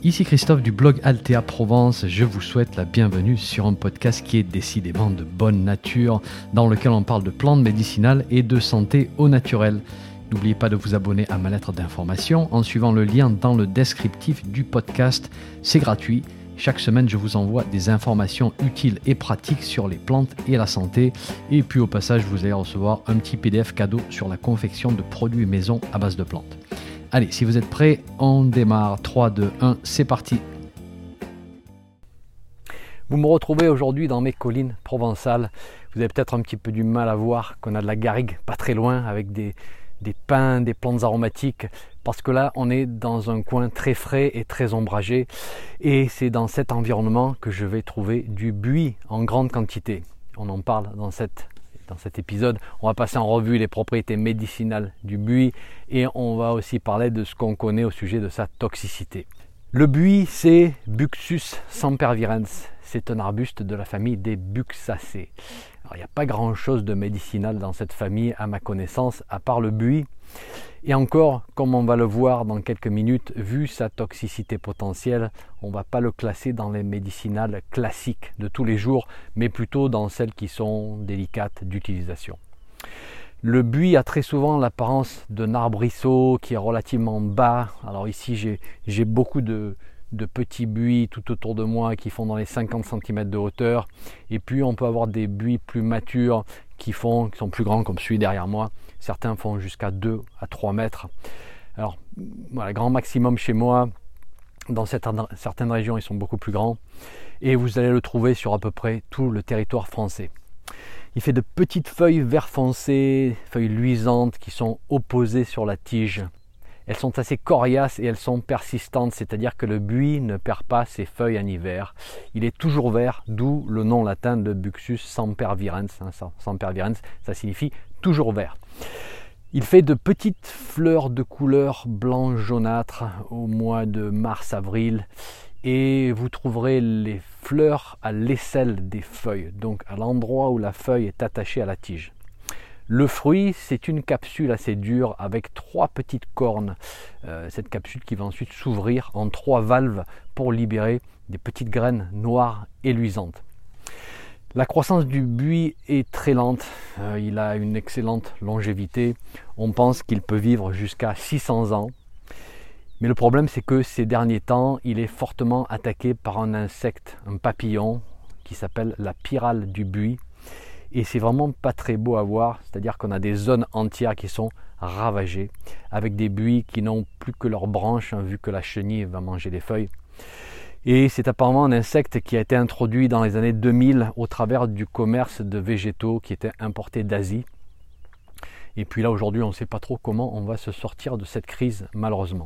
Ici Christophe du blog Altea Provence, je vous souhaite la bienvenue sur un podcast qui est décidément de bonne nature, dans lequel on parle de plantes médicinales et de santé au naturel. N'oubliez pas de vous abonner à ma lettre d'information en suivant le lien dans le descriptif du podcast, c'est gratuit. Chaque semaine, je vous envoie des informations utiles et pratiques sur les plantes et la santé. Et puis au passage, vous allez recevoir un petit PDF cadeau sur la confection de produits maison à base de plantes. Allez, si vous êtes prêts, on démarre. 3, 2, 1, c'est parti. Vous me retrouvez aujourd'hui dans mes collines provençales. Vous avez peut-être un petit peu du mal à voir qu'on a de la garrigue pas très loin avec des pins, des plantes aromatiques. Parce que là, on est dans un coin très frais et très ombragé. Et c'est dans cet environnement que je vais trouver du buis en grande quantité. On en parle dans cet épisode. On va passer en revue les propriétés médicinales du buis et on va aussi parler de ce qu'on connaît au sujet de sa toxicité. Le buis, c'est Buxus sempervirens. C'est un arbuste de la famille des Buxacées. Alors, il n'y a pas grand-chose de médicinal dans cette famille à ma connaissance, à part le buis. Et encore, comme on va le voir dans quelques minutes, vu sa toxicité potentielle, on ne va pas le classer dans les médicinales classiques de tous les jours, mais plutôt dans celles qui sont délicates d'utilisation. Le buis a très souvent l'apparence d'un arbrisseau qui est relativement bas. Alors ici, j'ai beaucoup de petits buis tout autour de moi qui font dans les 50 cm de hauteur. Et puis on peut avoir des buis plus matures qui sont plus grands comme celui derrière moi. Certains font jusqu'à 2 à 3 mètres. Alors voilà, grand maximum chez moi. Dans certaines régions, ils sont beaucoup plus grands. Et vous allez le trouver sur à peu près tout le territoire français. Il fait de petites feuilles vert foncé, feuilles luisantes qui sont opposées sur la tige. Elles sont assez coriaces et elles sont persistantes, c'est-à-dire que le buis ne perd pas ses feuilles en hiver. Il est toujours vert, d'où le nom latin de Buxus sempervirens. Sempervirens, ça signifie toujours vert. Il fait de petites fleurs de couleur blanc jaunâtre au mois de mars-avril et vous trouverez les fleurs à l'aisselle des feuilles, donc à l'endroit où la feuille est attachée à la tige. Le fruit, c'est une capsule assez dure avec 3 petites cornes. Cette capsule qui va ensuite s'ouvrir en 3 valves pour libérer des petites graines noires et luisantes. La croissance du buis est très lente. Il a une excellente longévité. On pense qu'il peut vivre jusqu'à 600 ans. Mais le problème, c'est que ces derniers temps, il est fortement attaqué par un insecte, un papillon, qui s'appelle la pyrale du buis. Et c'est vraiment pas très beau à voir, c'est-à-dire qu'on a des zones entières qui sont ravagées, avec des buis qui n'ont plus que leurs branches, vu que la chenille va manger les feuilles. Et c'est apparemment un insecte qui a été introduit dans les années 2000 au travers du commerce de végétaux qui étaient importés d'Asie. Et puis là aujourd'hui, on ne sait pas trop comment on va se sortir de cette crise, malheureusement.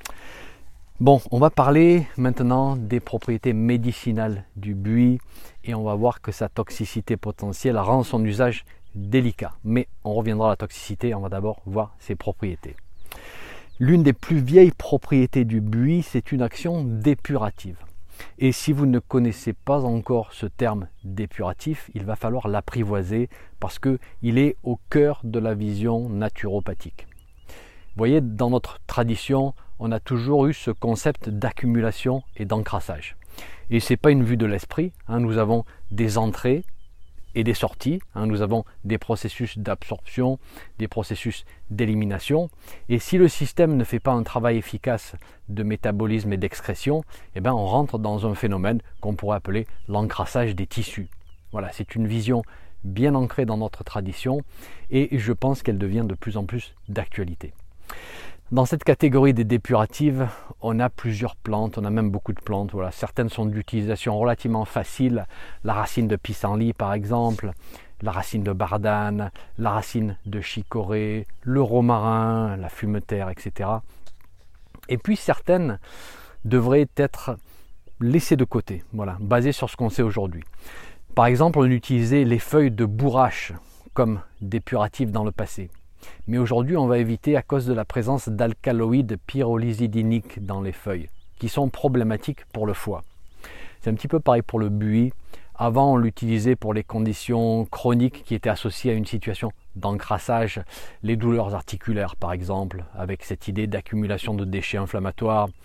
Bon, on va parler maintenant des propriétés médicinales du buis et on va voir que sa toxicité potentielle rend son usage délicat. Mais on reviendra à la toxicité, on va d'abord voir ses propriétés. L'une des plus vieilles propriétés du buis, c'est une action dépurative. Et si vous ne connaissez pas encore ce terme dépuratif, il va falloir l'apprivoiser parce qu'il est au cœur de la vision naturopathique. Vous voyez, dans notre tradition, on a toujours eu ce concept d'accumulation et d'encrassage. Et ce n'est pas une vue de l'esprit, nous avons des entrées et des sorties, nous avons des processus d'absorption, des processus d'élimination. Et si le système ne fait pas un travail efficace de métabolisme et d'excrétion, on rentre dans un phénomène qu'on pourrait appeler l'encrassage des tissus. Voilà, c'est une vision bien ancrée dans notre tradition et je pense qu'elle devient de plus en plus d'actualité. Dans cette catégorie des dépuratives, on a plusieurs plantes, on a même beaucoup de plantes. Voilà. Certaines sont d'utilisation relativement facile, la racine de pissenlit par exemple, la racine de bardane, la racine de chicorée, le romarin, la fumetaire, etc. Et puis certaines devraient être laissées de côté, basées sur ce qu'on sait aujourd'hui. Par exemple, on utilisait les feuilles de bourrache comme dépuratives dans le passé. Mais aujourd'hui, on va éviter à cause de la présence d'alcaloïdes pyrrolizidiniques dans les feuilles, qui sont problématiques pour le foie. C'est un petit peu pareil pour le buis. Avant, on l'utilisait pour les conditions chroniques qui étaient associées à une situation d'encrassage, les douleurs articulaires par exemple, avec cette idée d'accumulation de déchets inflammatoires,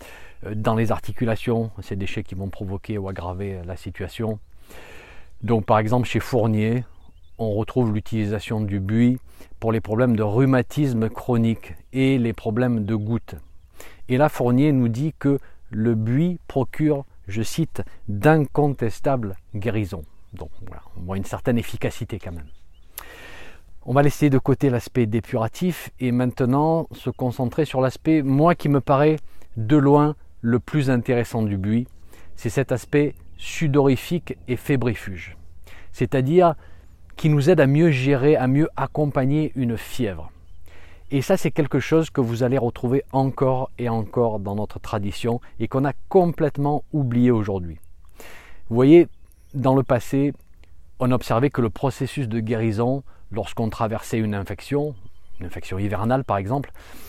dans les articulations, ces déchets qui vont provoquer ou aggraver la situation. Donc par exemple chez Fournier, on retrouve l'utilisation du buis pour les problèmes de rhumatisme chronique et les problèmes de gouttes. Et là Fournier nous dit que le buis procure, je cite, d'incontestables guérisons. Donc voilà, on voit une certaine efficacité quand même. On va laisser de côté l'aspect dépuratif et maintenant se concentrer sur l'aspect, moi, qui me paraît de loin le plus intéressant du buis. C'est cet aspect sudorifique et fébrifuge. C'est-à-dire qui nous aide à mieux gérer, à mieux accompagner une fièvre. Et ça, c'est quelque chose que vous allez retrouver encore et encore dans notre tradition et qu'on a complètement oublié aujourd'hui. Vous voyez, dans le passé, on observait que le processus de guérison, lorsqu'on traversait une infection hivernale par exemple,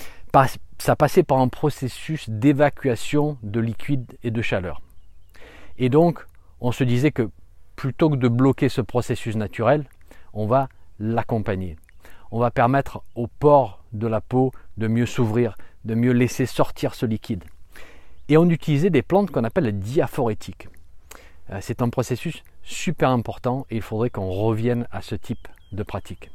ça passait par un processus d'évacuation de liquide et de chaleur. Et donc, on se disait que plutôt que de bloquer ce processus naturel, on va l'accompagner. On va permettre aux pores de la peau de mieux s'ouvrir, de mieux laisser sortir ce liquide. Et on utilisait des plantes qu'on appelle diaphorétiques. C'est un processus super important et il faudrait qu'on revienne à ce type de pratique.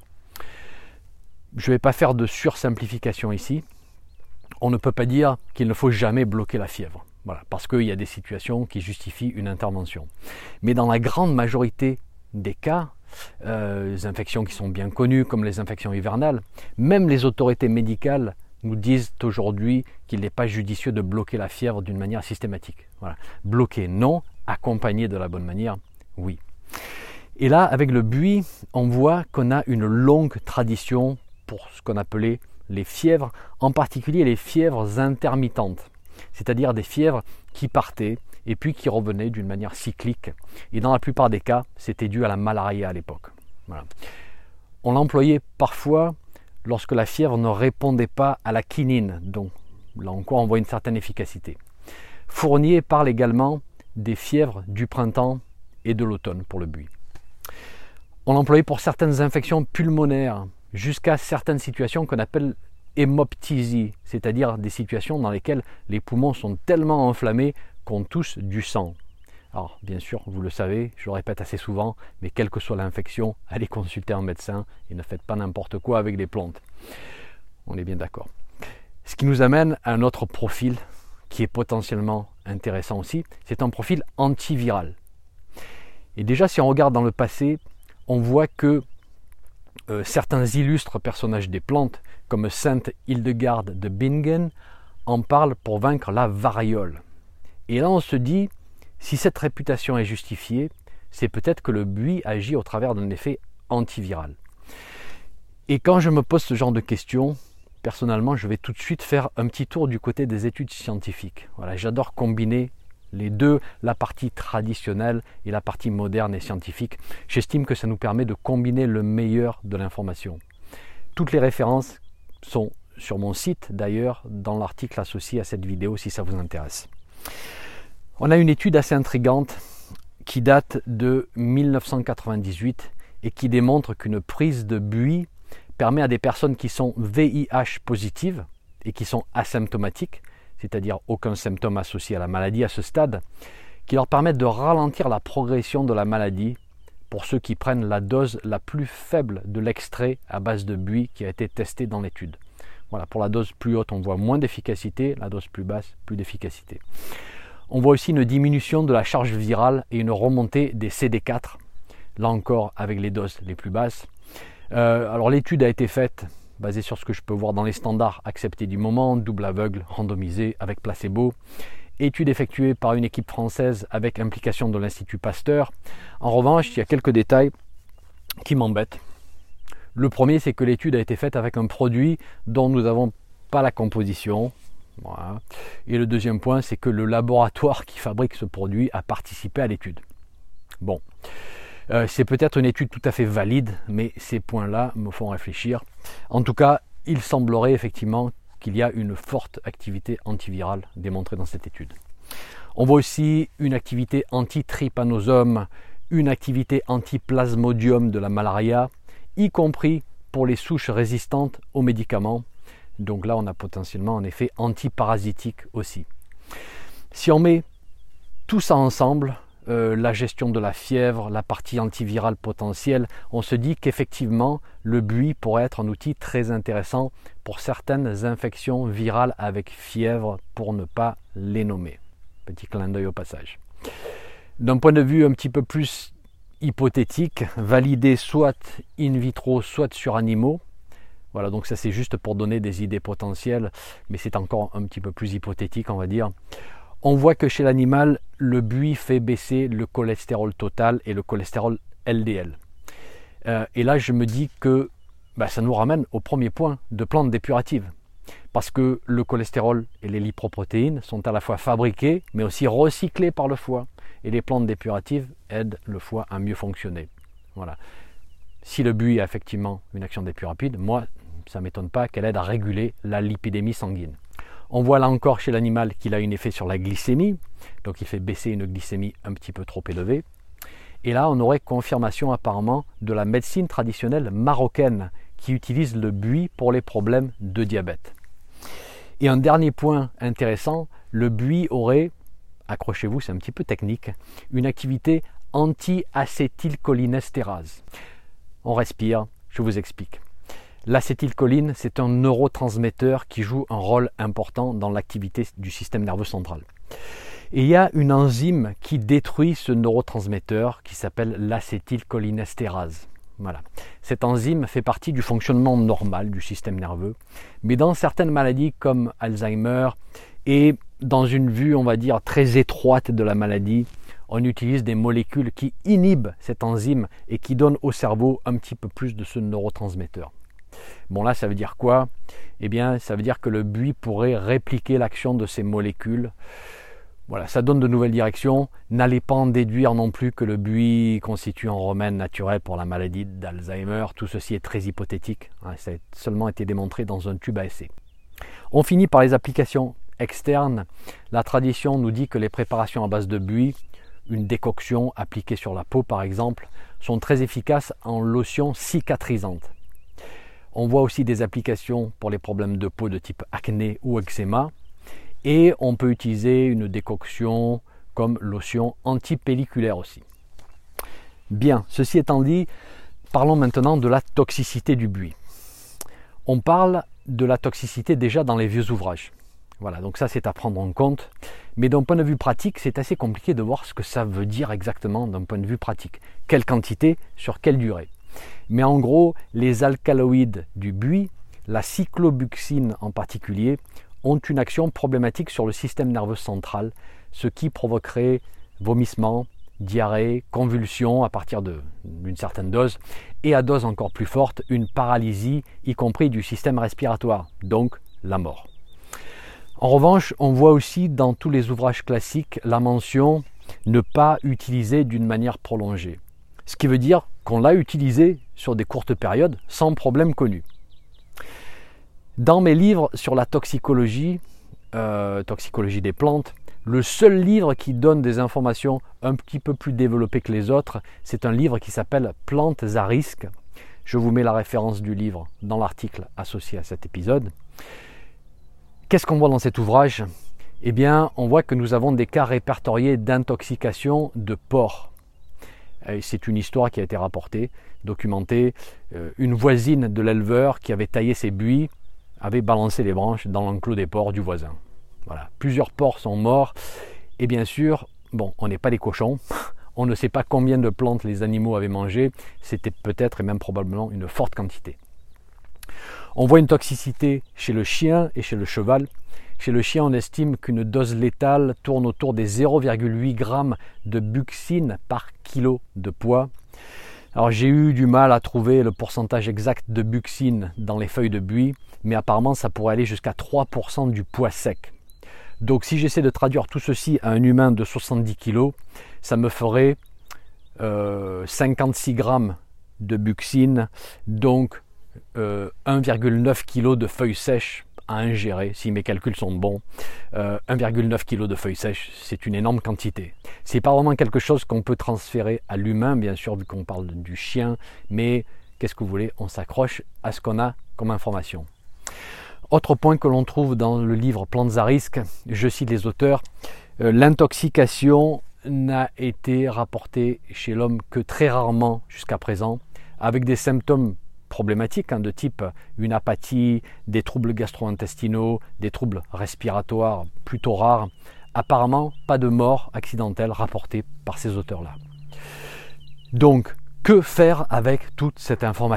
Je ne vais pas faire de sursimplification ici. On ne peut pas dire qu'il ne faut jamais bloquer la fièvre. Voilà, parce qu'il y a des situations qui justifient une intervention. Mais dans la grande majorité des cas, les infections qui sont bien connues comme les infections hivernales, même les autorités médicales nous disent aujourd'hui qu'il n'est pas judicieux de bloquer la fièvre d'une manière systématique. Voilà. Bloquer, non. Accompagner de la bonne manière, oui. Et là, avec le buis, on voit qu'on a une longue tradition pour ce qu'on appelait les fièvres, en particulier les fièvres intermittentes, c'est-à-dire des fièvres qui partaient et puis qui revenaient d'une manière cyclique. Et dans la plupart des cas, c'était dû à la malaria à l'époque. Voilà. On l'employait parfois lorsque la fièvre ne répondait pas à la quinine, donc là encore on voit une certaine efficacité. Fournier parle également des fièvres du printemps et de l'automne pour le buis. On l'employait pour certaines infections pulmonaires, jusqu'à certaines situations qu'on appelle hémoptysie, c'est-à-dire des situations dans lesquelles les poumons sont tellement enflammés qu'on tousse du sang. Alors bien sûr, vous le savez, je le répète assez souvent, mais quelle que soit l'infection, allez consulter un médecin et ne faites pas n'importe quoi avec des plantes. On est bien d'accord. Ce qui nous amène à un autre profil qui est potentiellement intéressant aussi, c'est un profil antiviral. Et déjà, si on regarde dans le passé, on voit que certains illustres personnages des plantes, comme Sainte Hildegarde de Bingen, en parlent pour vaincre la variole. Et là, on se dit, si cette réputation est justifiée, c'est peut-être que le buis agit au travers d'un effet antiviral. Et quand je me pose ce genre de questions, personnellement, je vais tout de suite faire un petit tour du côté des études scientifiques. Voilà, j'adore combiner les deux, la partie traditionnelle et la partie moderne et scientifique. J'estime que ça nous permet de combiner le meilleur de l'information. Toutes les références sont sur mon site, d'ailleurs, dans l'article associé à cette vidéo, si ça vous intéresse. On a une étude assez intrigante qui date de 1998 et qui démontre qu'une prise de buis permet à des personnes qui sont VIH positives et qui sont asymptomatiques, c'est-à-dire aucun symptôme associé à la maladie à ce stade, qui leur permettent de ralentir la progression de la maladie pour ceux qui prennent la dose la plus faible de l'extrait à base de buis qui a été testé dans l'étude. Voilà, pour la dose plus haute, on voit moins d'efficacité, la dose plus basse, plus d'efficacité. On voit aussi une diminution de la charge virale et une remontée des CD4, là encore avec les doses les plus basses. Alors l'étude a été faite basée sur ce que je peux voir dans les standards acceptés du moment, double aveugle, randomisé avec placebo. Étude effectuée par une équipe française avec implication de l'Institut Pasteur. En revanche, il y a quelques détails qui m'embêtent. Le premier, c'est que l'étude a été faite avec un produit dont nous n'avons pas la composition. Voilà. Et le deuxième point, c'est que le laboratoire qui fabrique ce produit a participé à l'étude. Bon. C'est peut-être une étude tout à fait valide, mais ces points-là me font réfléchir. En tout cas, il semblerait effectivement qu'il y a une forte activité antivirale démontrée dans cette étude. On voit aussi une activité anti-trypanosome, une activité anti-plasmodium de la malaria, y compris pour les souches résistantes aux médicaments. Donc là, on a potentiellement un effet antiparasitique aussi. Si on met tout ça ensemble, la gestion de la fièvre, la partie antivirale potentielle, on se dit qu'effectivement le buis pourrait être un outil très intéressant pour certaines infections virales avec fièvre, pour ne pas les nommer. Petit clin d'œil au passage. D'un point de vue un petit peu plus hypothétique, validé soit in vitro, soit sur animaux. Voilà, donc ça c'est juste pour donner des idées potentielles, mais c'est encore un petit peu plus hypothétique, on va dire. On voit que chez l'animal, le buis fait baisser le cholestérol total et le cholestérol LDL. Et là, je me dis que ça nous ramène au premier point de plantes dépuratives. Parce que le cholestérol et les lipoprotéines sont à la fois fabriqués, mais aussi recyclés par le foie. Et les plantes dépuratives aident le foie à mieux fonctionner. Voilà. Si le buis a effectivement une action dépurative, moi, ça ne m'étonne pas qu'elle aide à réguler la lipidémie sanguine. On voit là encore chez l'animal qu'il a un effet sur la glycémie, donc il fait baisser une glycémie un petit peu trop élevée. Et là, on aurait confirmation apparemment de la médecine traditionnelle marocaine qui utilise le buis pour les problèmes de diabète. Et un dernier point intéressant, le buis aurait, accrochez-vous, c'est un petit peu technique, une activité anti-acétylcholinestérase. On respire, je vous explique. L'acétylcholine, c'est un neurotransmetteur qui joue un rôle important dans l'activité du système nerveux central. Et il y a une enzyme qui détruit ce neurotransmetteur qui s'appelle l'acétylcholinestérase. Voilà. Cette enzyme fait partie du fonctionnement normal du système nerveux, mais dans certaines maladies comme Alzheimer et dans une vue, on va dire, très étroite de la maladie, on utilise des molécules qui inhibent cette enzyme et qui donnent au cerveau un petit peu plus de ce neurotransmetteur. Bon là, ça veut dire quoi? Eh bien, ça veut dire que le buis pourrait répliquer l'action de ces molécules. Voilà, ça donne de nouvelles directions. N'allez pas en déduire non plus que le buis constitue un remède naturel pour la maladie d'Alzheimer. Tout ceci est très hypothétique. Ça a seulement été démontré dans un tube à essai. On finit par les applications externes. La tradition nous dit que les préparations à base de buis, une décoction appliquée sur la peau par exemple, sont très efficaces en lotion cicatrisante. On voit aussi des applications pour les problèmes de peau de type acné ou eczéma. Et on peut utiliser une décoction comme lotion antipelliculaire aussi. Bien, ceci étant dit, parlons maintenant de la toxicité du buis. On parle de la toxicité déjà dans les vieux ouvrages. Voilà, donc ça c'est à prendre en compte. Mais d'un point de vue pratique, c'est assez compliqué de voir ce que ça veut dire exactement d'un point de vue pratique. Quelle quantité, sur quelle durée. Mais en gros, les alcaloïdes du buis, la cyclobuxine en particulier, ont une action problématique sur le système nerveux central, ce qui provoquerait vomissements, diarrhée, convulsions à partir d'une certaine dose, et à dose encore plus forte, une paralysie, y compris du système respiratoire, donc la mort. En revanche, on voit aussi dans tous les ouvrages classiques la mention « ne pas utiliser d'une manière prolongée », ce qui veut dire qu'on l'a utilisé sur des courtes périodes sans problème connu. Dans mes livres sur la toxicologie des plantes, le seul livre qui donne des informations un petit peu plus développées que les autres, c'est un livre qui s'appelle « Plantes à risque ». Je vous mets la référence du livre dans l'article associé à cet épisode. Qu'est-ce qu'on voit dans cet ouvrage? Eh bien, on voit que nous avons des cas répertoriés d'intoxication de porcs. C'est une histoire qui a été rapportée, documentée. Une voisine de l'éleveur qui avait taillé ses buis avait balancé les branches dans l'enclos des porcs du voisin. Voilà. Plusieurs porcs sont morts. Et bien sûr, bon, on n'est pas des cochons. On ne sait pas combien de plantes les animaux avaient mangé. C'était peut-être et même probablement une forte quantité. On voit une toxicité chez le chien et chez le cheval. Chez le chien, on estime qu'une dose létale tourne autour des 0,8 g de buxine par kilo de poids. Alors j'ai eu du mal à trouver le pourcentage exact de buxine dans les feuilles de buis, mais apparemment ça pourrait aller jusqu'à 3% du poids sec. Donc si j'essaie de traduire tout ceci à un humain de 70 kg, ça me ferait 56 grammes de buxine, donc 1,9 kg de feuilles sèches à ingérer, si mes calculs sont bons. 1,9 kg de feuilles sèches, c'est une énorme quantité. C'est pas vraiment quelque chose qu'on peut transférer à l'humain, bien sûr, vu qu'on parle du chien, mais qu'est-ce que vous voulez, on s'accroche à ce qu'on a comme information. Autre point que l'on trouve dans le livre Plantes à risque, je cite les auteurs, L'intoxication n'a été rapportée chez l'homme que très rarement jusqu'à présent, avec des symptômes problématiques de type une apathie, des troubles gastro-intestinaux, des troubles respiratoires plutôt rares. Apparemment, pas de mort accidentelle rapportée par ces auteurs-là. Donc, que faire avec toute cette information ?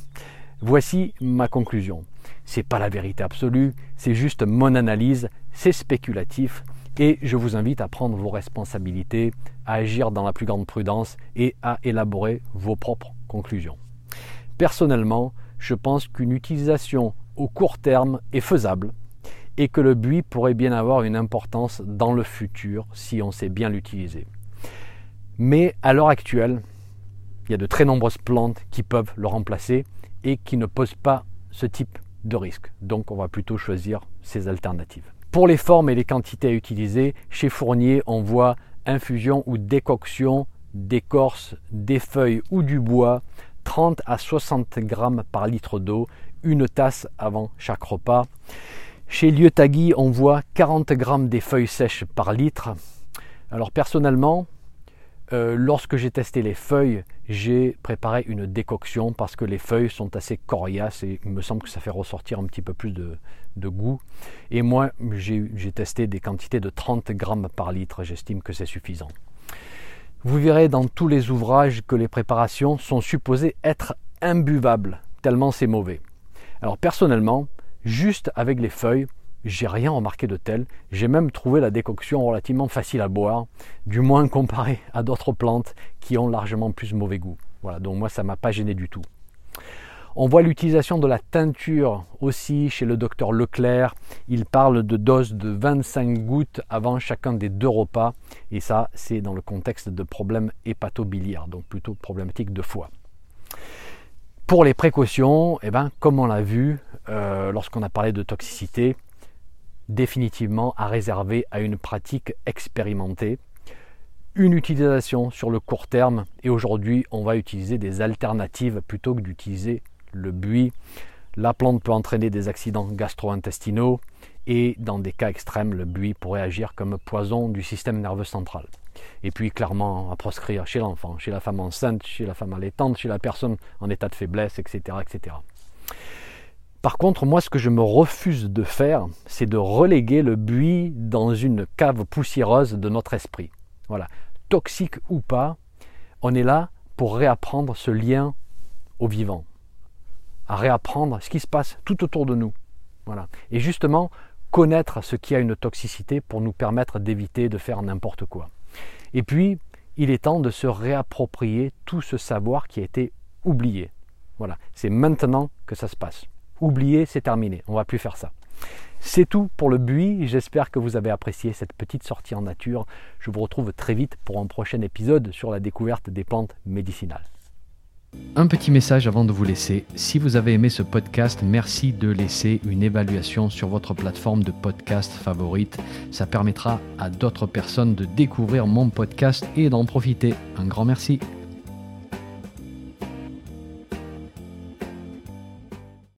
Voici ma conclusion. Ce n'est pas la vérité absolue, c'est juste mon analyse, c'est spéculatif et je vous invite à prendre vos responsabilités, à agir dans la plus grande prudence et à élaborer vos propres conclusions. Personnellement, je pense qu'une utilisation au court terme est faisable et que le buis pourrait bien avoir une importance dans le futur si on sait bien l'utiliser. Mais à l'heure actuelle, il y a de très nombreuses plantes qui peuvent le remplacer et qui ne posent pas ce type de risque. Donc on va plutôt choisir ces alternatives. Pour les formes et les quantités à utiliser, chez Fournier, on voit infusion ou décoction d'écorce, des feuilles ou du bois, 30 à 60 grammes par litre d'eau, une tasse avant chaque repas. Chez Lieu-Tagui, on voit 40 grammes des feuilles sèches par litre. Alors personnellement, lorsque j'ai testé les feuilles, j'ai préparé une décoction parce que les feuilles sont assez coriaces et il me semble que ça fait ressortir un petit peu plus de goût. Et moi, j'ai testé des quantités de 30 grammes par litre, j'estime que c'est suffisant. Vous verrez dans tous les ouvrages que les préparations sont supposées être imbuvables, tellement c'est mauvais. Alors personnellement, juste avec les feuilles, j'ai rien remarqué de tel. J'ai même trouvé la décoction relativement facile à boire, du moins comparé à d'autres plantes qui ont largement plus mauvais goût. Voilà, donc moi ça ne m'a pas gêné du tout. On voit l'utilisation de la teinture aussi chez le docteur Leclerc. Il parle de doses de 25 gouttes avant chacun des 2 repas. Et ça, c'est dans le contexte de problèmes hépatobiliaires, donc plutôt problématique de foie. Pour les précautions, comme on l'a vu lorsqu'on a parlé de toxicité, définitivement à réserver à une pratique expérimentée, une utilisation sur le court terme et aujourd'hui on va utiliser des alternatives plutôt que d'utiliser le buis. La plante peut entraîner des accidents gastro-intestinaux et dans des cas extrêmes le buis pourrait agir comme poison du système nerveux central. Et puis clairement à proscrire chez l'enfant, chez la femme enceinte, chez la femme allaitante, chez la personne en état de faiblesse, etc. etc. Par contre, moi, ce que je me refuse de faire, c'est de reléguer le buis dans une cave poussiéreuse de notre esprit. Voilà. Toxique ou pas, on est là pour réapprendre ce lien au vivant, à réapprendre ce qui se passe tout autour de nous. Voilà. Et justement, connaître ce qui a une toxicité pour nous permettre d'éviter de faire n'importe quoi. Et puis, il est temps de se réapproprier tout ce savoir qui a été oublié. Voilà. C'est maintenant que ça se passe. Oublier, c'est terminé, on ne va plus faire ça. C'est tout pour le buis, j'espère que vous avez apprécié cette petite sortie en nature. Je vous retrouve très vite pour un prochain épisode sur la découverte des plantes médicinales. Un petit message avant de vous laisser. Si vous avez aimé ce podcast, merci de laisser une évaluation sur votre plateforme de podcast favorite. Ça permettra à d'autres personnes de découvrir mon podcast et d'en profiter. Un grand merci.